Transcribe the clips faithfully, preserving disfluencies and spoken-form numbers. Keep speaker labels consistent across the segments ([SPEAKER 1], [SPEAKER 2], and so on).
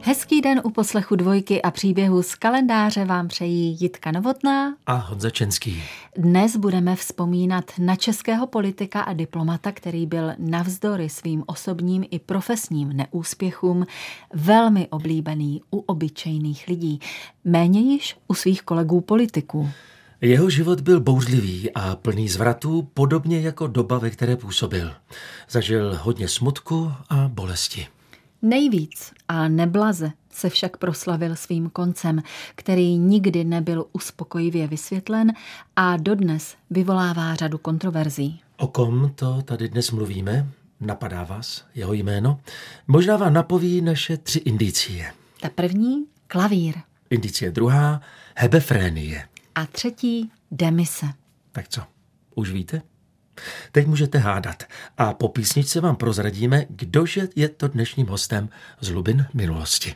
[SPEAKER 1] Hezký den u poslechu Dvojky a příběhu z kalendáře vám přejí Jitka Novotná
[SPEAKER 2] a Honza Čenský.
[SPEAKER 1] Dnes budeme vzpomínat na českého politika a diplomata, který byl navzdory svým osobním i profesním neúspěchům velmi oblíbený u obyčejných lidí, méně již u svých kolegů politiků.
[SPEAKER 2] Jeho život byl bouřlivý a plný zvratů, podobně jako doba, ve které působil. Zažil hodně smutku a bolesti.
[SPEAKER 1] Nejvíc a neblaze se však proslavil svým koncem, který nikdy nebyl uspokojivě vysvětlen a dodnes vyvolává řadu kontroverzí.
[SPEAKER 2] O kom to tady dnes mluvíme? Napadá vás jeho jméno? Možná vám napoví naše tři indicie.
[SPEAKER 1] Ta první, klavír.
[SPEAKER 2] Indicie druhá, hebefrénie.
[SPEAKER 1] A třetí, demise.
[SPEAKER 2] Tak co, už víte? Teď můžete hádat a po písničce vám prozradíme, kdože je to dnešním hostem z hlubin minulosti.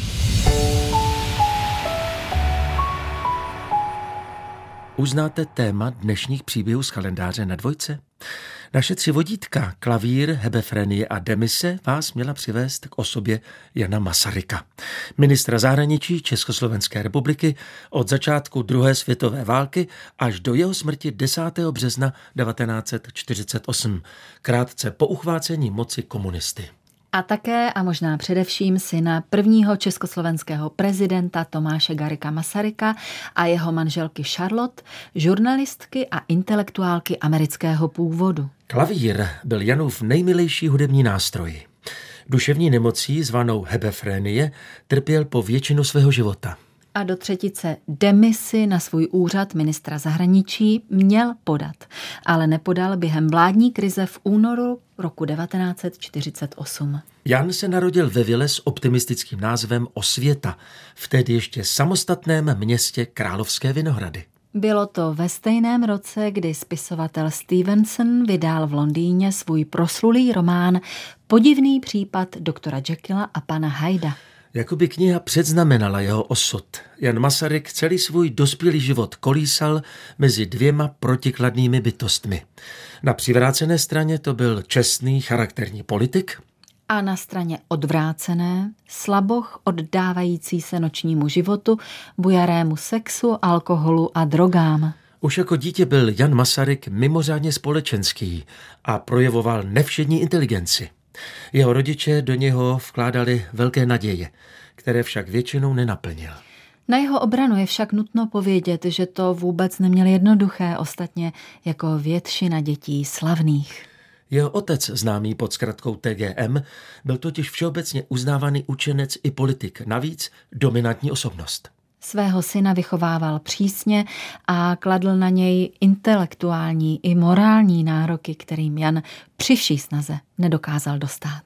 [SPEAKER 2] Už znáte téma dnešních příběhů z kalendáře na Dvojce? Naše tři vodítka, klavír, hebefrenie a demise, vás měla přivést k osobě Jana Masaryka, ministra zahraničí Československé republiky od začátku druhé světové války až do jeho smrti desátého března devatenáct set čtyřicet osm, krátce po uchvácení moci komunisty.
[SPEAKER 1] A také a možná především syna prvního československého prezidenta Tomáše Garrigua Masaryka a jeho manželky Charlotte, žurnalistky a intelektuálky amerického původu.
[SPEAKER 2] Klavír byl Janův nejmilejší hudební nástroj. Duševní nemocí zvanou hebefrénie trpěl po většinu svého života.
[SPEAKER 1] A do třetice demisi na svůj úřad ministra zahraničí měl podat, ale nepodal během vládní krize v únoru roku devatenáct set čtyřicet osm.
[SPEAKER 2] Jan se narodil ve vile s optimistickým názvem Osvěta, v tehdy ještě samostatném městě Královské Vinohrady.
[SPEAKER 1] Bylo to ve stejném roce, kdy spisovatel Stevenson vydal v Londýně svůj proslulý román Podivný případ doktora Jekylla a pana Hyda.
[SPEAKER 2] Jakoby kniha předznamenala jeho osud. Jan Masaryk celý svůj dospělý život kolísal mezi dvěma protikladnými bytostmi. Na přivrácené straně to byl čestný charakterní politik
[SPEAKER 1] a na straně odvrácené slaboch oddávající se nočnímu životu, bujarému sexu, alkoholu a drogám.
[SPEAKER 2] Už jako dítě byl Jan Masaryk mimořádně společenský a projevoval nevšední inteligenci. Jeho rodiče do něho vkládali velké naděje, které však většinou nenaplnil.
[SPEAKER 1] Na jeho obranu je však nutno povědět, že to vůbec neměl jednoduché, ostatně jako většina dětí slavných.
[SPEAKER 2] Jeho otec, známý pod zkratkou T G M, byl totiž všeobecně uznávaný učenec i politik, navíc dominantní osobnost.
[SPEAKER 1] Svého syna vychovával přísně a kladl na něj intelektuální i morální nároky, kterým Jan při vší snaze nedokázal dostát.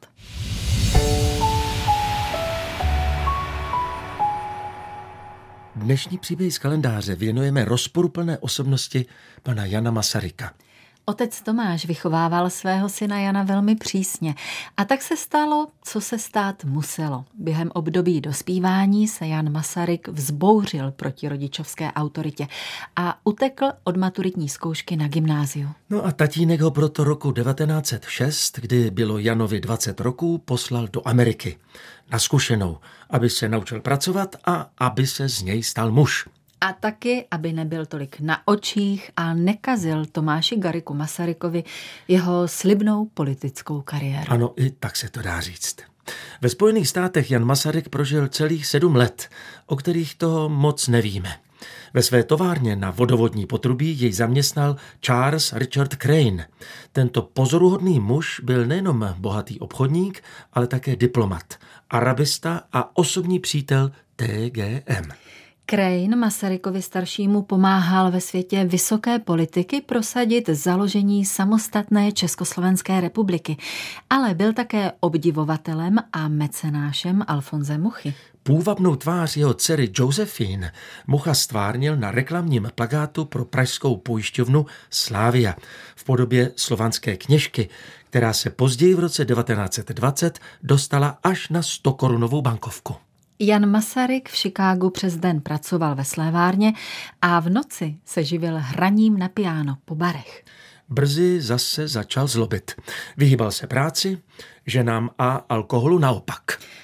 [SPEAKER 2] Dnešní příběh z kalendáře věnujeme rozporuplné osobnosti pana Jana Masaryka.
[SPEAKER 1] Otec Tomáš vychovával svého syna Jana velmi přísně a tak se stalo, co se stát muselo. Během období dospívání se Jan Masaryk vzbouřil proti rodičovské autoritě a utekl od maturitní zkoušky na gymnáziu.
[SPEAKER 2] No a tatínek ho proto roku devatenáct set šest, kdy bylo Janovi dvacet roků, poslal do Ameriky na zkušenou, aby se naučil pracovat a aby se z něj stal muž.
[SPEAKER 1] A taky, aby nebyl tolik na očích a nekazil Tomáši Garrigu Masarykovi jeho slibnou politickou kariéru.
[SPEAKER 2] Ano, i tak se to dá říct. Ve Spojených státech Jan Masaryk prožil celých sedm let, o kterých toho moc nevíme. Ve své továrně na vodovodní potrubí jej zaměstnal Charles Richard Crane. Tento pozoruhodný muž byl nejenom bohatý obchodník, ale také diplomat, arabista a osobní přítel T G M.
[SPEAKER 1] Crane Masarykovi staršímu pomáhal ve světě vysoké politiky prosadit založení samostatné Československé republiky, ale byl také obdivovatelem a mecenášem Alfonse Muchy.
[SPEAKER 2] Půvabnou tvář jeho dcery Josephine Mucha stvárnil na reklamním plakátu pro pražskou pojišťovnu Slavia v podobě slovanské kněžky, která se později v roce devatenáct set dvacet dostala až na stokorunovou bankovku.
[SPEAKER 1] Jan Masaryk v Chicagu přes den pracoval ve slévárně a v noci se živil hraním na piano po barech.
[SPEAKER 2] Brzy zase začal zlobit. Vyhýbal se práci, ženám a alkoholu naopak.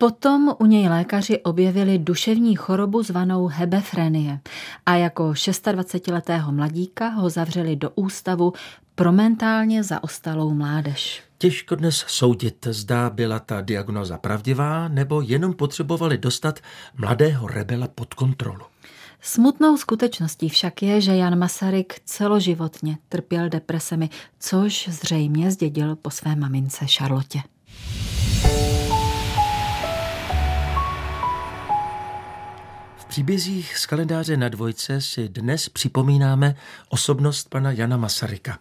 [SPEAKER 1] Potom u něj lékaři objevili duševní chorobu zvanou hebefrenie a jako dvacetišestiletého mladíka ho zavřeli do ústavu pro mentálně zaostalou mládež.
[SPEAKER 2] Těžko dnes soudit, zda byla ta diagnóza pravdivá, nebo jenom potřebovali dostat mladého rebela pod kontrolu.
[SPEAKER 1] Smutnou skutečností však je, že Jan Masaryk celoživotně trpěl depresemi, což zřejmě zdědil po své mamince Charlotte.
[SPEAKER 2] V příbězích z kalendáře na dvojce si dnes připomínáme osobnost pana Jana Masaryka.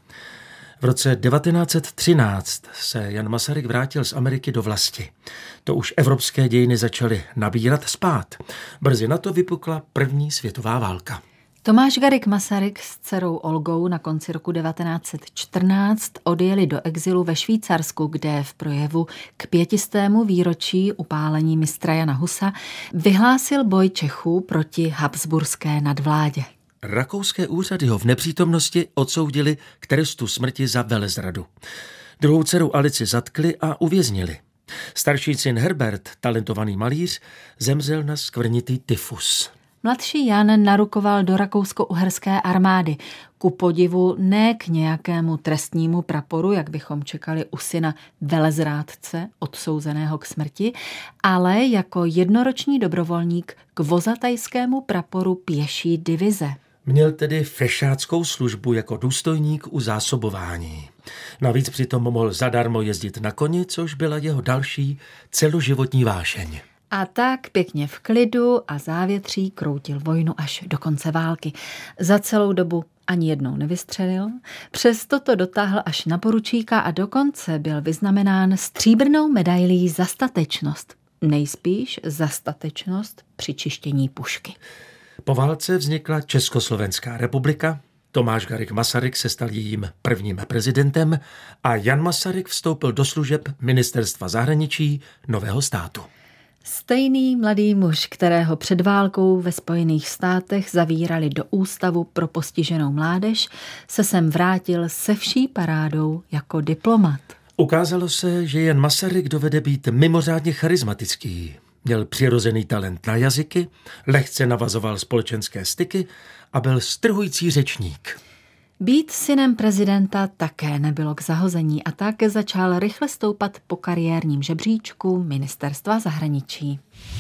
[SPEAKER 2] V roce devatenáct set třináct se Jan Masaryk vrátil z Ameriky do vlasti. To už evropské dějiny začaly nabírat spád. Brzy na to vypukla první světová válka.
[SPEAKER 1] Tomáš Garrigue Masaryk s dcerou Olgou na konci roku devatenáct set čtrnáct odjeli do exilu ve Švýcarsku, kde v projevu k pětistému výročí upálení mistra Jana Husa vyhlásil boj Čechů proti habsburské nadvládě.
[SPEAKER 2] Rakouské úřady ho v nepřítomnosti odsoudili k trestu smrti za velezradu. Druhou dceru Alici zatkli a uvěznili. Starší syn Herbert, talentovaný malíř, zemřel na skvrnitý tyfus.
[SPEAKER 1] Mladší Jan narukoval do rakousko-uherské armády. Ku podivu ne k nějakému trestnímu praporu, jak bychom čekali u syna velezrádce, odsouzeného k smrti, ale jako jednoroční dobrovolník k vozatajskému praporu pěší divize.
[SPEAKER 2] Měl tedy fešáckou službu jako důstojník u zásobování. Navíc přitom mohl zadarmo jezdit na koni, což byla jeho další celoživotní vášeň.
[SPEAKER 1] A tak pěkně v klidu a závětří kroutil vojnu až do konce války. Za celou dobu ani jednou nevystřelil, přesto to dotáhl až na poručíka a dokonce byl vyznamenán stříbrnou medailí za statečnost. Nejspíš za statečnost při čištění pušky.
[SPEAKER 2] Po válce vznikla Československá republika, Tomáš Garrigue Masaryk se stal jejím prvním prezidentem a Jan Masaryk vstoupil do služeb ministerstva zahraničí nového státu.
[SPEAKER 1] Stejný mladý muž, kterého před válkou ve Spojených státech zavírali do ústavu pro postiženou mládež, se sem vrátil se vší parádou jako diplomat.
[SPEAKER 2] Ukázalo se, že Jan Masaryk dovede být mimořádně charismatický. Měl přirozený talent na jazyky, lehce navazoval společenské styky a byl strhující řečník.
[SPEAKER 1] Být synem prezidenta také nebylo k zahození a tak začal rychle stoupat po kariérním žebříčku ministerstva zahraničí.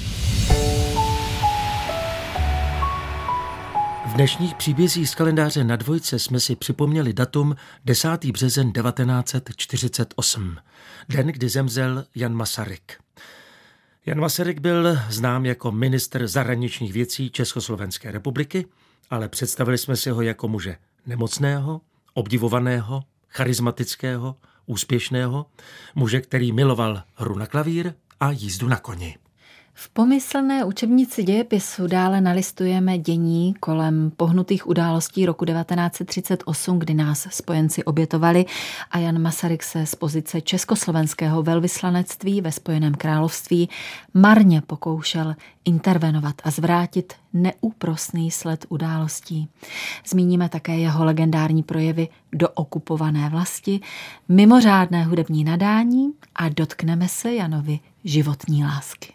[SPEAKER 2] V dnešních příbězích z kalendáře na dvojce jsme si připomněli datum desátého března devatenáct set čtyřicet osm, den, kdy zemřel Jan Masaryk. Jan Masaryk byl znám jako ministr zahraničních věcí Československé republiky, ale představili jsme si ho jako muže nemocného, obdivovaného, charismatického, úspěšného, muže, který miloval hru na klavír a jízdu na koni.
[SPEAKER 1] V pomyslné učebnici dějepisu dále nalistujeme dění kolem pohnutých událostí roku devatenáct set třicet osm, kdy nás spojenci obětovali a Jan Masaryk se z pozice československého velvyslanectví ve Spojeném království marně pokoušel intervenovat a zvrátit neúprosný sled událostí. Zmíníme také jeho legendární projevy do okupované vlasti, mimořádné hudební nadání a dotkneme se Janovy životní lásky.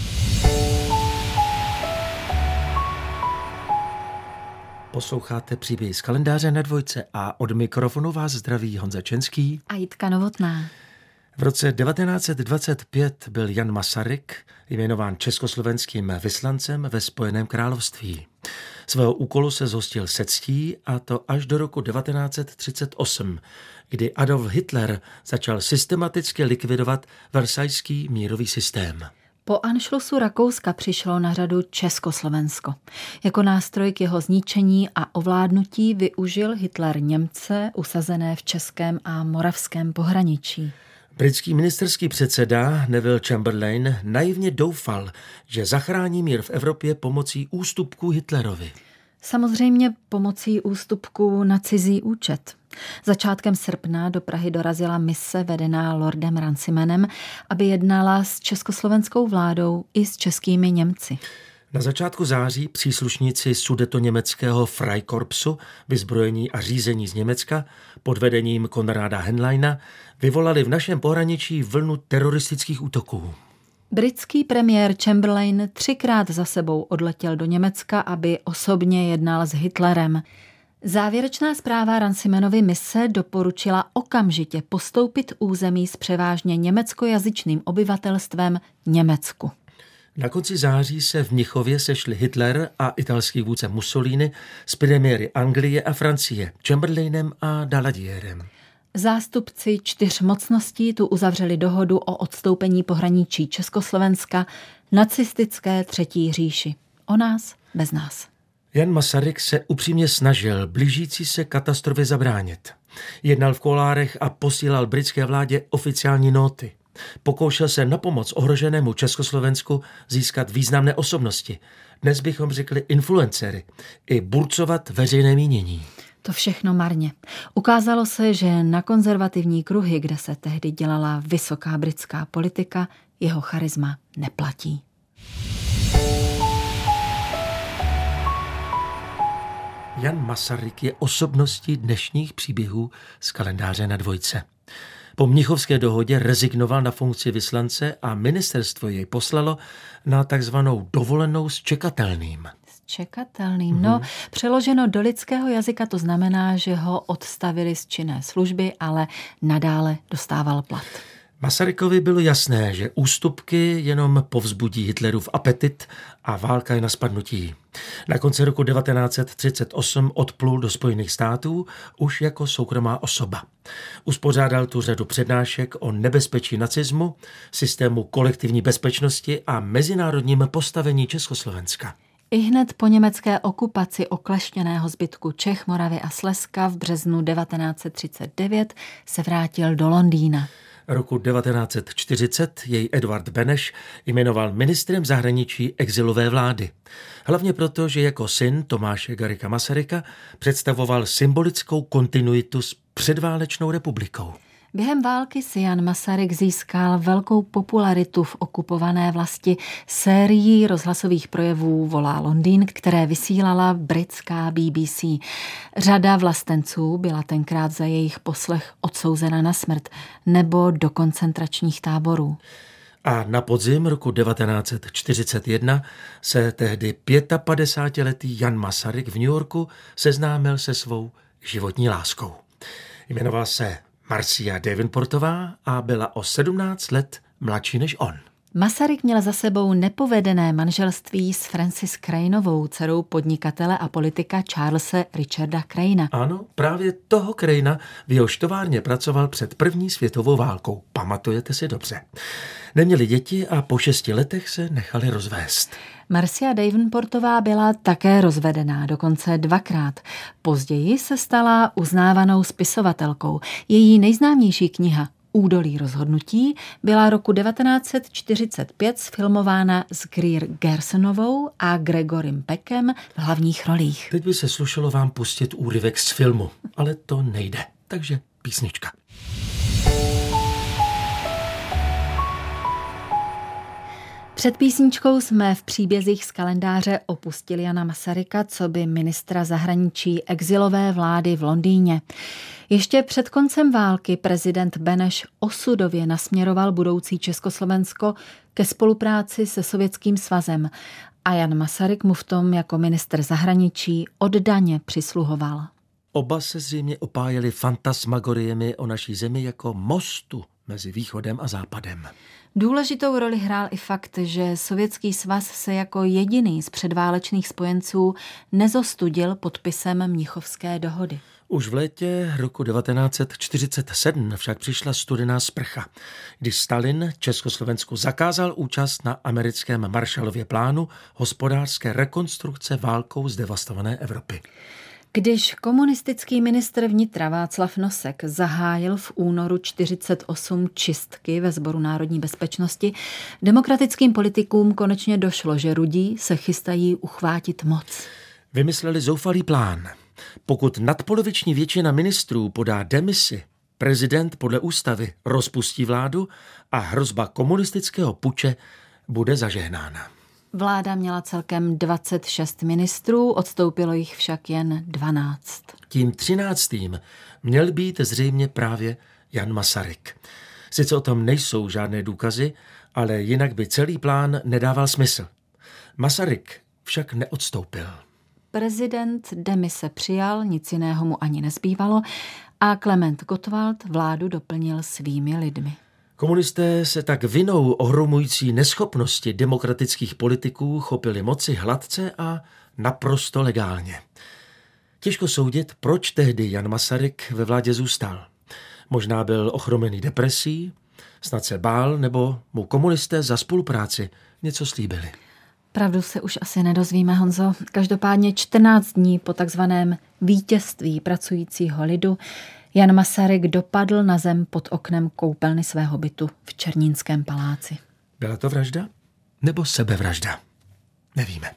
[SPEAKER 2] Posloucháte příběhy z kalendáře na dvojce a od mikrofonu vás zdraví Honza Čenský
[SPEAKER 1] a Jitka Novotná.
[SPEAKER 2] V roce devatenáct set dvacet pět byl Jan Masaryk jmenován československým vyslancem ve Spojeném království. Svého úkolu se zhostil se ctí a to až do roku devatenáct set třicet osm, kdy Adolf Hitler začal systematicky likvidovat versajský mírový systém.
[SPEAKER 1] Po anšlusu Rakouska přišlo na řadu Československo. Jako nástroj k jeho zničení a ovládnutí využil Hitler Němce usazené v českém a moravském pohraničí.
[SPEAKER 2] Britský ministerský předseda Neville Chamberlain naivně doufal, že zachrání mír v Evropě pomocí ústupků Hitlerovi.
[SPEAKER 1] Samozřejmě pomocí ústupků na cizí účet. Začátkem srpna do Prahy dorazila mise vedená lordem Runcimanem, aby jednala s československou vládou i s českými Němci.
[SPEAKER 2] Na začátku září příslušníci sudetoněmeckého Freikorpsu, vyzbrojení a řízení z Německa, pod vedením Konráda Henleina, vyvolali v našem pohraničí vlnu teroristických útoků.
[SPEAKER 1] Britský premiér Chamberlain třikrát za sebou odletěl do Německa, aby osobně jednal s Hitlerem. Závěrečná zpráva Runcimanovy mise doporučila okamžitě postoupit území s převážně německojazyčným obyvatelstvem Německu.
[SPEAKER 2] Na konci září se v Mnichově sešli Hitler a italský vůdce Mussolini s premiéry Anglie a Francie, Chamberlainem a Daladierem.
[SPEAKER 1] Zástupci čtyř mocností tu uzavřeli dohodu o odstoupení pohraničí Československa nacistické třetí říši. O nás bez nás.
[SPEAKER 2] Jan Masaryk se upřímně snažil blížící se katastrofě zabránit. Jednal v kolárech a posílal britské vládě oficiální nóty. Pokoušel se na pomoc ohroženému Československu získat významné osobnosti. Dnes bychom řekli influencery. I burcovat veřejné mínění.
[SPEAKER 1] To všechno marně. Ukázalo se, že na konzervativní kruhy, kde se tehdy dělala vysoká britská politika, jeho charisma neplatí.
[SPEAKER 2] Jan Masaryk je osobností dnešních příběhů z kalendáře na dvojce. Po Mnichovské dohodě rezignoval na funkci vyslance a ministerstvo jej poslalo na takzvanou dovolenou s čekatelným.
[SPEAKER 1] S čekatelným? Mm-hmm. No, přeloženo do lidského jazyka to znamená, že ho odstavili z činné služby, ale nadále dostával plat.
[SPEAKER 2] Masarykovi bylo jasné, že ústupky jenom povzbudí Hitlerův apetit a válka je na spadnutí. Na konci roku devatenáct set třicet osm odplul do Spojených států už jako soukromá osoba. Uspořádal tu řadu přednášek o nebezpečí nacismu, systému kolektivní bezpečnosti a mezinárodním postavení Československa.
[SPEAKER 1] Ihned po německé okupaci okleštěného zbytku Čech, Moravy a Slezska v březnu devatenáct set třicet devět se vrátil do Londýna.
[SPEAKER 2] Roku devatenáct set čtyřicet jej Edvard Beneš jmenoval ministrem zahraničí exilové vlády. Hlavně proto, že jako syn Tomáše Garrigua Masaryka představoval symbolickou kontinuitu s předválečnou republikou.
[SPEAKER 1] Během války si Jan Masaryk získal velkou popularitu v okupované vlasti sérií rozhlasových projevů Volá Londýn, které vysílala britská B B C. Řada vlastenců byla tenkrát za jejich poslech odsouzena na smrt nebo do koncentračních táborů.
[SPEAKER 2] A na podzim roku devatenáct set čtyřicet jedna se tehdy pětapadesátiletý Jan Masaryk v New Yorku seznámil se svou životní láskou. Jmenoval se Marcia Davenportová a byla o sedmnáct let mladší než on.
[SPEAKER 1] Masaryk měl za sebou nepovedené manželství s Frances Craneovou, dcerou podnikatele a politika Charlese Richarda Crana.
[SPEAKER 2] Ano, právě toho Crana, v jehož továrně pracoval před první světovou válkou. Pamatujete si dobře. Neměli děti a po šesti letech se nechali rozvést.
[SPEAKER 1] Marcia Davenportová byla také rozvedená, dokonce dvakrát. Později se stala uznávanou spisovatelkou. Její nejznámější kniha Údolí rozhodnutí byla roku devatenáct set čtyřicet pět sfilmována s Greer Garsonovou a Gregorem Peckem v hlavních rolích.
[SPEAKER 2] Teď by se slušelo vám pustit úryvek z filmu, ale to nejde. Takže písnička.
[SPEAKER 1] Před písničkou jsme v příbězích z kalendáře opustili Jana Masaryka coby ministra zahraničí exilové vlády v Londýně. Ještě před koncem války prezident Beneš osudově nasměroval budoucí Československo ke spolupráci se Sovětským svazem a Jan Masaryk mu v tom jako ministr zahraničí oddaně přisluhoval.
[SPEAKER 2] Oba se zřejmě opájeli fantasmagoriemi o naší zemi jako mostu mezi východem a západem.
[SPEAKER 1] Důležitou roli hrál i fakt, že Sovětský svaz se jako jediný z předválečných spojenců nezostudil podpisem Mnichovské dohody.
[SPEAKER 2] Už v létě roku devatenáct set čtyřicet sedm však přišla studená sprcha, když Stalin Československu zakázal účast na americkém Marshallově plánu hospodářské rekonstrukce válkou zdevastované Evropy.
[SPEAKER 1] Když komunistický ministr vnitra Václav Nosek zahájil v únoru čtyřicet osm čistky ve Sboru národní bezpečnosti, demokratickým politikům konečně došlo, že rudí se chystají uchvátit moc.
[SPEAKER 2] Vymysleli zoufalý plán. Pokud nadpoloviční většina ministrů podá demisi, prezident podle ústavy rozpustí vládu a hrozba komunistického puče bude zažehnána.
[SPEAKER 1] Vláda měla celkem dvacet šest ministrů, odstoupilo jich však jen dvanáct.
[SPEAKER 2] Tím třináctým měl být zřejmě právě Jan Masaryk. Sice o tom nejsou žádné důkazy, ale jinak by celý plán nedával smysl. Masaryk však neodstoupil.
[SPEAKER 1] Prezident demise přijal, nic jiného mu ani nezbývalo a Klement Gottwald vládu doplnil svými lidmi.
[SPEAKER 2] Komunisté se tak vinou ohromující neschopnosti demokratických politiků chopili moci hladce a naprosto legálně. Těžko soudit, proč tehdy Jan Masaryk ve vládě zůstal. Možná byl ochromený depresí, snad se bál, nebo mu komunisté za spolupráci něco slíbili.
[SPEAKER 1] Pravdu se už asi nedozvíme, Honzo. Každopádně čtrnáct dní po takzvaném vítězství pracujícího lidu Jan Masaryk dopadl na zem pod oknem koupelny svého bytu v Černínském paláci.
[SPEAKER 2] Byla to vražda? Nebo sebevražda? Nevíme.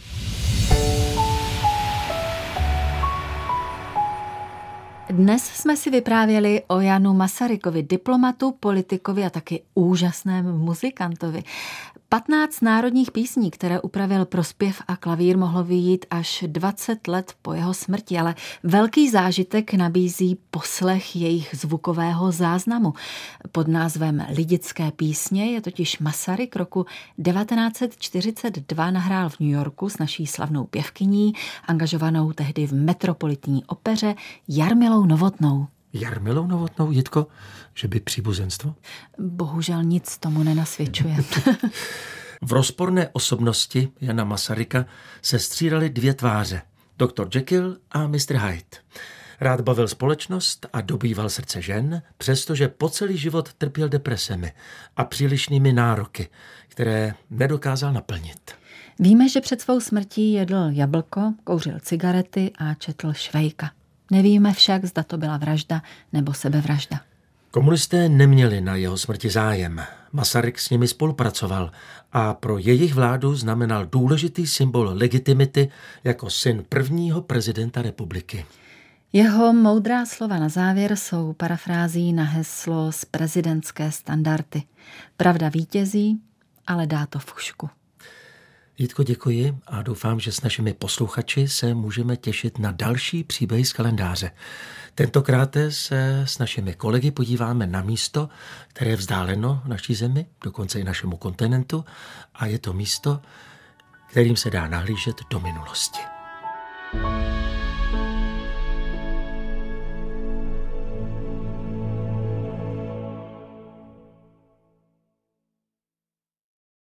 [SPEAKER 1] Dnes jsme si vyprávěli o Janu Masarykovi, diplomatu, politikovi a taky úžasném muzikantovi. patnáct národních písní, které upravil pro zpěv a klavír, mohlo vyjít až dvacet let po jeho smrti, ale velký zážitek nabízí poslech jejich zvukového záznamu. Pod názvem Lidické písně je totiž Masaryk roku devatenáct set čtyřicet dva nahrál v New Yorku s naší slavnou pěvkyní, angažovanou tehdy v Metropolitní opeře Jarmilou Novotnou.
[SPEAKER 2] Jarmilou Novotnou, Jitko, že by příbuzenstvo?
[SPEAKER 1] Bohužel nic tomu nenasvědčuje.
[SPEAKER 2] V rozporné osobnosti Jana Masaryka se střídaly dvě tváře. doktor Jekyll a mister Hyde. Rád bavil společnost a dobýval srdce žen, přestože po celý život trpěl depresemi a přílišnými nároky, které nedokázal naplnit.
[SPEAKER 1] Víme, že před svou smrtí jedl jablko, kouřil cigarety a četl Švejka. Nevíme však, zda to byla vražda nebo sebevražda.
[SPEAKER 2] Komunisté neměli na jeho smrti zájem. Masaryk s nimi spolupracoval a pro jejich vládu znamenal důležitý symbol legitimity jako syn prvního prezidenta republiky.
[SPEAKER 1] Jeho moudrá slova na závěr jsou parafrází na heslo z prezidentské standardy. Pravda vítězí, ale dá to fušku.
[SPEAKER 2] Jitko, děkuji a doufám, že s našimi posluchači se můžeme těšit na další příběhy z kalendáře. Tentokrát se s našimi kolegy podíváme na místo, které je vzdáleno naší zemi, dokonce i našemu kontinentu, a je to místo, kterým se dá nahlížet do minulosti.